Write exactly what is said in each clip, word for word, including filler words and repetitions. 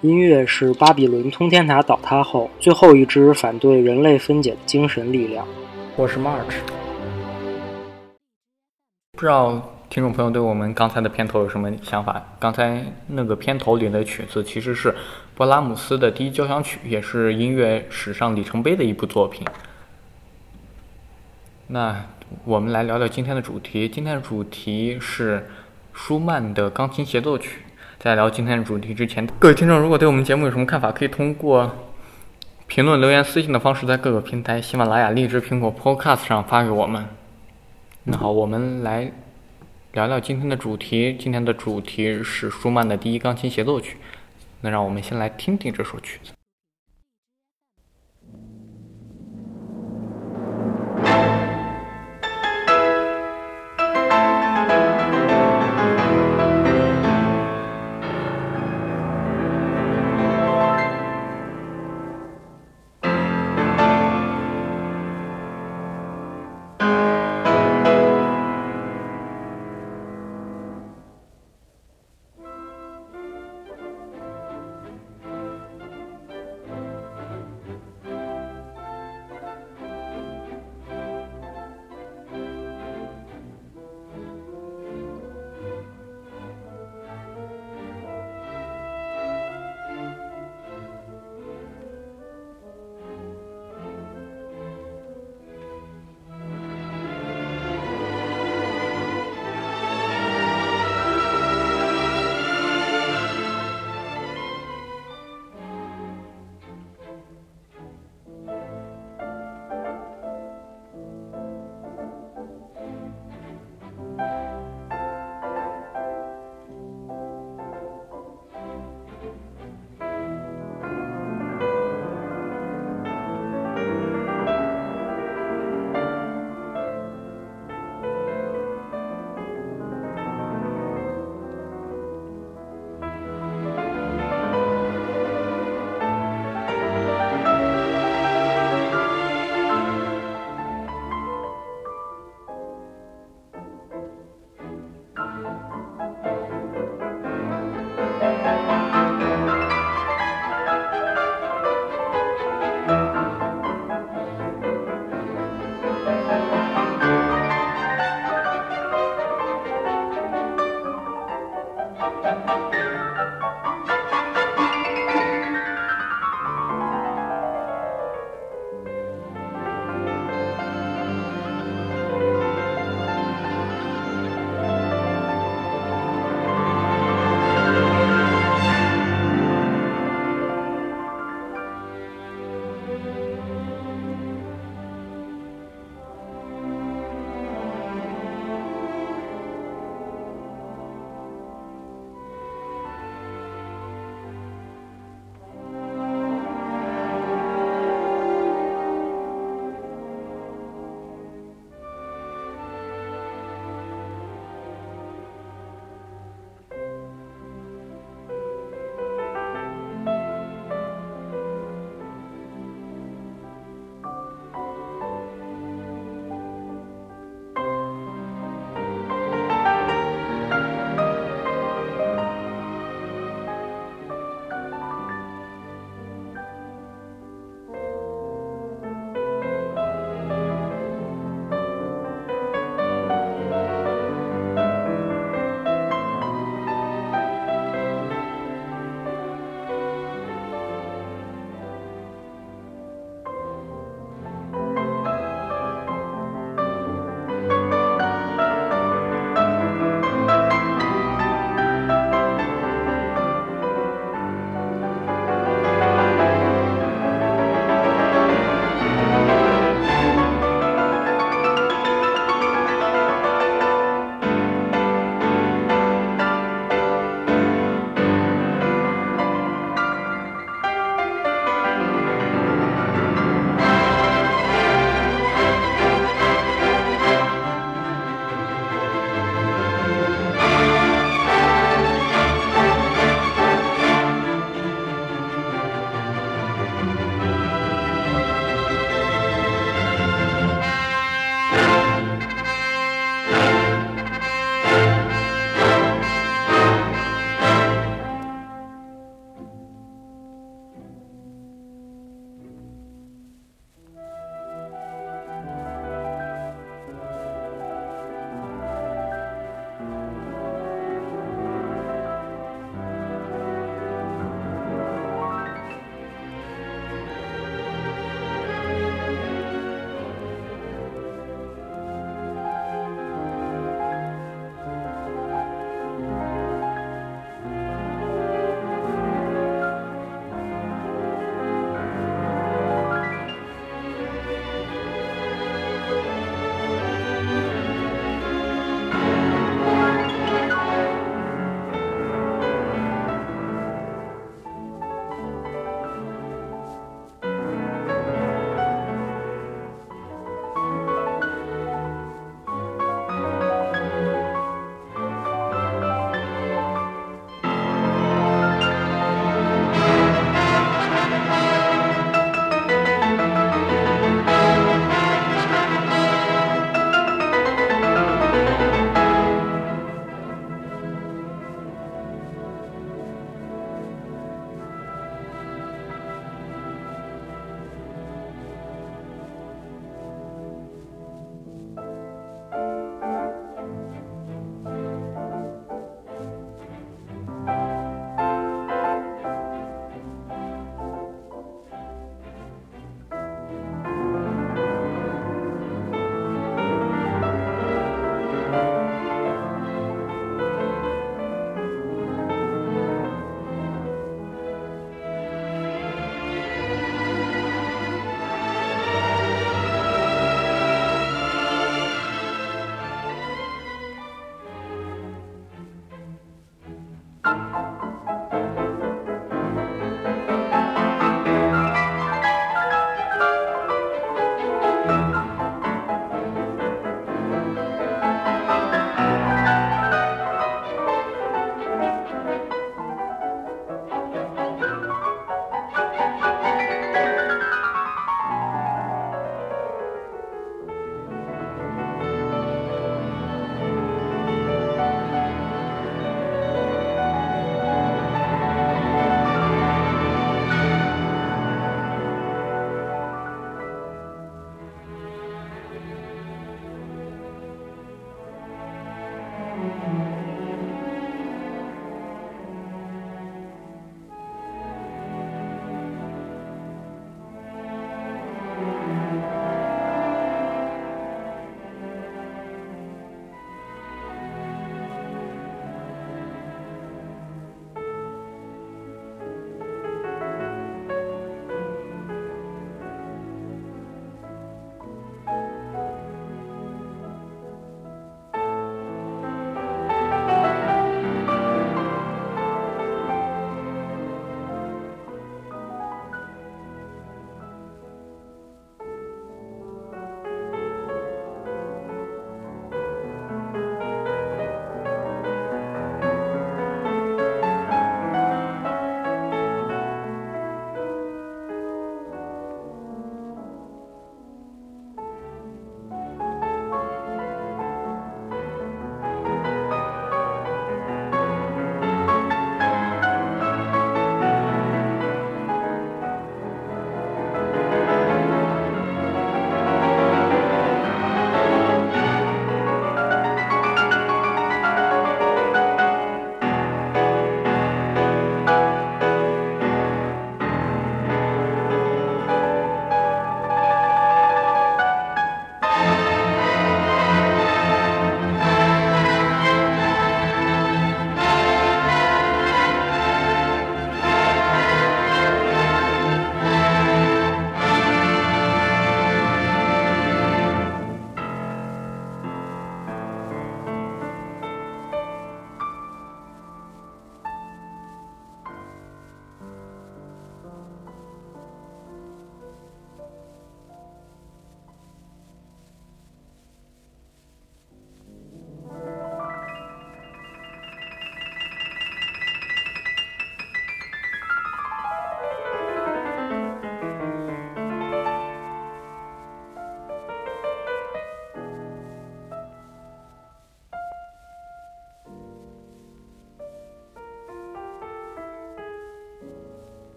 音乐是巴比伦通天塔倒塌后最后一支反对人类分解的精神力量。我是 March。 不知道听众朋友对我们刚才的片头有什么想法？刚才那个片头里的曲子其实是勃拉姆斯的第一交响曲，也是音乐史上里程碑的一部作品。那我们来聊聊今天的主题。今天的主题是舒曼的钢琴协奏曲。在聊今天的主题之前，各位听众如果对我们节目有什么看法，可以通过评论、留言、私信的方式，在各个平台喜马拉雅、荔枝、苹果 Podcast 上发给我们。那好，我们来聊聊今天的主题。今天的主题是舒曼的第一钢琴协奏曲。那让我们先来听听这首曲子。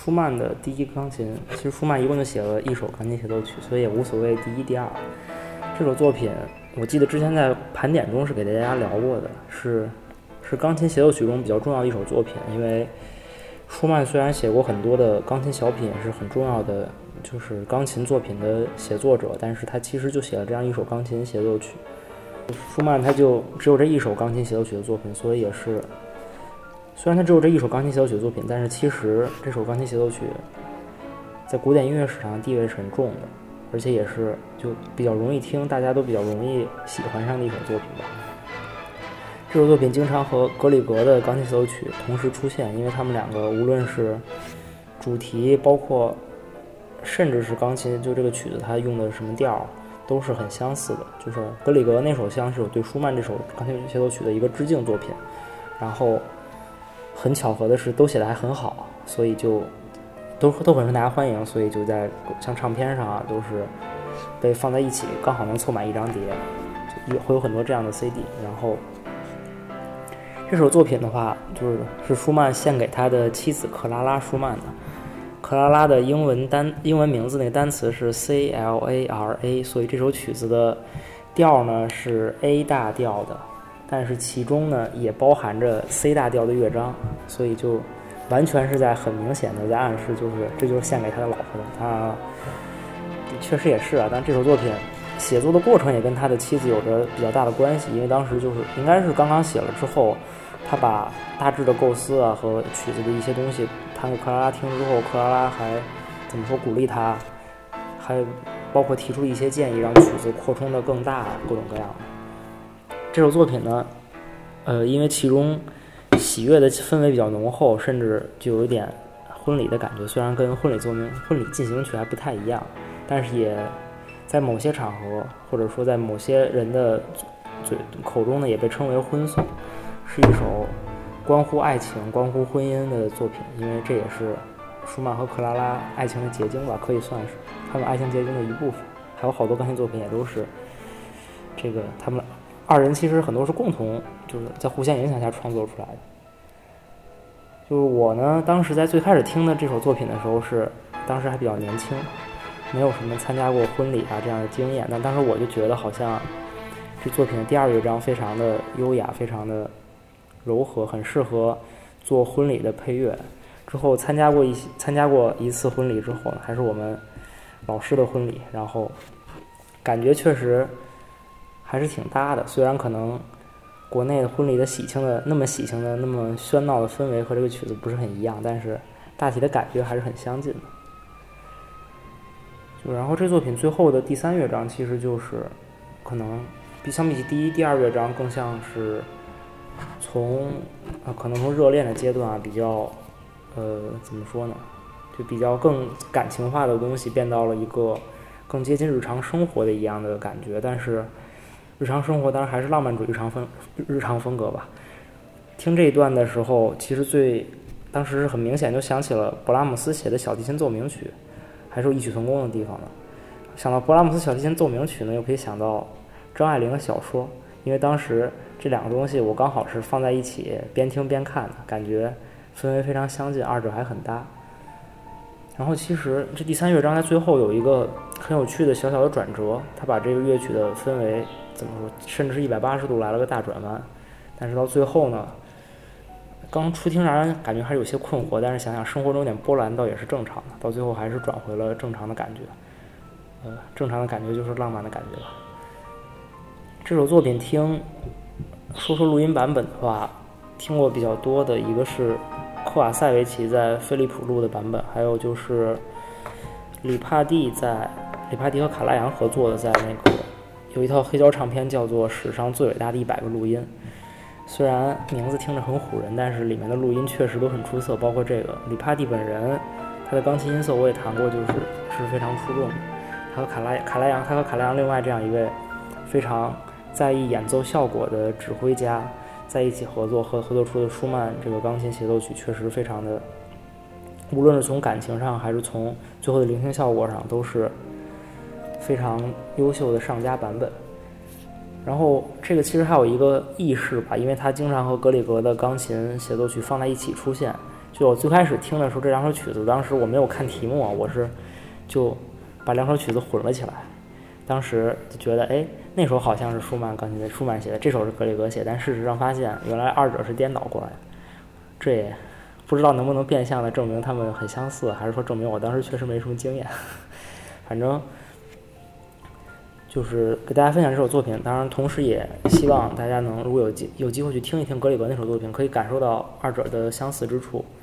舒曼的第一钢琴，其实舒曼一共就写了一首钢琴协奏曲，所以也无所谓第一第二。这首作品我记得之前在盘点中是给大家聊过的，是是钢琴协奏曲中比较重要的一首作品。因为舒曼虽然写过很多的钢琴小品，也是很重要的就是钢琴作品的写作者，但是他其实就写了这样一首钢琴协奏曲。舒曼他就只有这一首钢琴协奏曲的作品，所以也是虽然他只有这一首钢琴协奏曲的作品，但是其实这首钢琴协奏曲在古典音乐史上的地位是很重的，而且也是就比较容易听，大家都比较容易喜欢上的一首作品吧。这首作品经常和格里格的钢琴协奏曲同时出现，因为他们两个无论是主题，包括甚至是钢琴就这个曲子它用的什么调都是很相似的。就是格里格那首像是对舒曼这首钢琴协奏曲的一个致敬作品，然后很巧合的是都写的还很好，所以就都都很受大家欢迎，所以就在像唱片上啊都是被放在一起，刚好能凑满一张碟，就会有很多这样的 C D。 然后这首作品的话就是是舒曼献给他的妻子克拉拉舒曼的。克拉拉的英文单英文名字那个单词是 C L A R A， 所以这首曲子的调呢是 A 大调的，但是其中呢也包含着 C 大调的乐章，所以就完全是在很明显的在暗示，就是这就是献给他的老婆的。他确实也是啊，但这首作品写作的过程也跟他的妻子有着比较大的关系，因为当时就是应该是刚刚写了之后，他把大致的构思啊和曲子的一些东西弹给克拉拉听之后，克拉拉还怎么说鼓励他，还包括提出一些建议，让曲子扩充的更大，各种各样的。这首作品呢，呃，因为其中喜悦的氛围比较浓厚，甚至就有一点婚礼的感觉，虽然跟婚礼奏鸣婚礼进行曲还不太一样，但是也在某些场合或者说在某些人的嘴口中呢也被称为婚颂，是一首关乎爱情关乎婚姻的作品。因为这也是舒曼和克拉拉爱情的结晶吧，可以算是他们爱情结晶的一部分。还有好多钢琴作品也都是这个他们二人其实很多是共同就是在互相影响下创作出来的。就是我呢当时在最开始听的这首作品的时候是当时还比较年轻，没有什么参加过婚礼啊这样的经验，但当时我就觉得好像这作品的第二乐章非常的优雅，非常的柔和，很适合做婚礼的配乐。之后参加过一参加过一次婚礼之后呢，还是我们老师的婚礼，然后感觉确实还是挺搭的。虽然可能国内的婚礼的喜庆的那么喜庆的那么喧闹的氛围和这个曲子不是很一样，但是大体的感觉还是很相近的。就然后这作品最后的第三乐章其实就是可能比相比起第一第二乐章更像是从啊可能从热恋的阶段啊比较呃怎么说呢，就比较更感情化的东西变到了一个更接近日常生活的一样的感觉。但是日常生活当然还是浪漫主义日常风日常风格吧。听这一段的时候其实最当时是很明显就想起了勃拉姆斯写的小提琴奏鸣曲，还是有异曲同工的地方的。想到勃拉姆斯小提琴奏鸣曲呢，又可以想到张爱玲的小说，因为当时这两个东西我刚好是放在一起边听边看的，感觉氛围非常相近，二者还很搭。然后其实这第三乐章在最后有一个很有趣的小小的转折，他把这个乐曲的氛围怎么说，甚至是一百八十度来了个大转弯。但是到最后呢，刚初听让人感觉还是有些困惑，但是想想生活中有点波澜倒也是正常的，到最后还是转回了正常的感觉。呃，正常的感觉就是浪漫的感觉吧。这首作品听说说录音版本的话，听过比较多的一个是科瓦塞维奇在飞利浦录的版本，还有就是里帕蒂在里帕蒂和卡拉扬合作的，在那个有一套黑胶唱片叫做《史上最伟大的一百个录音》。虽然名字听着很唬人，但是里面的录音确实都很出色，包括这个里帕蒂本人，他的钢琴音色我也弹过，就是是非常出众的。他和卡拉卡拉扬，他和卡拉扬另外这样一位非常在意演奏效果的指挥家在一起合作，和合作出的舒曼这个钢琴协奏曲确实非常的，无论是从感情上还是从最后的聆听效果上都是非常优秀的上佳版本。然后这个其实还有一个意识吧，因为它经常和格里格的钢琴协奏曲放在一起出现， 就我最开始听的时候，这两首曲子，当时我没有看题目啊，我是就把两首曲子混了起来。当时就觉得，哎，那首好像是舒曼钢琴的舒曼写的，这首是格里格写的，但事实上发现原来二者是颠倒过来的。这也不知道能不能变相的证明他们很相似，还是说证明我当时确实没什么经验。反正就是给大家分享这首作品，当然同时也希望大家能如果有机有机会去听一听格里格那首作品，可以感受到二者的相似之处。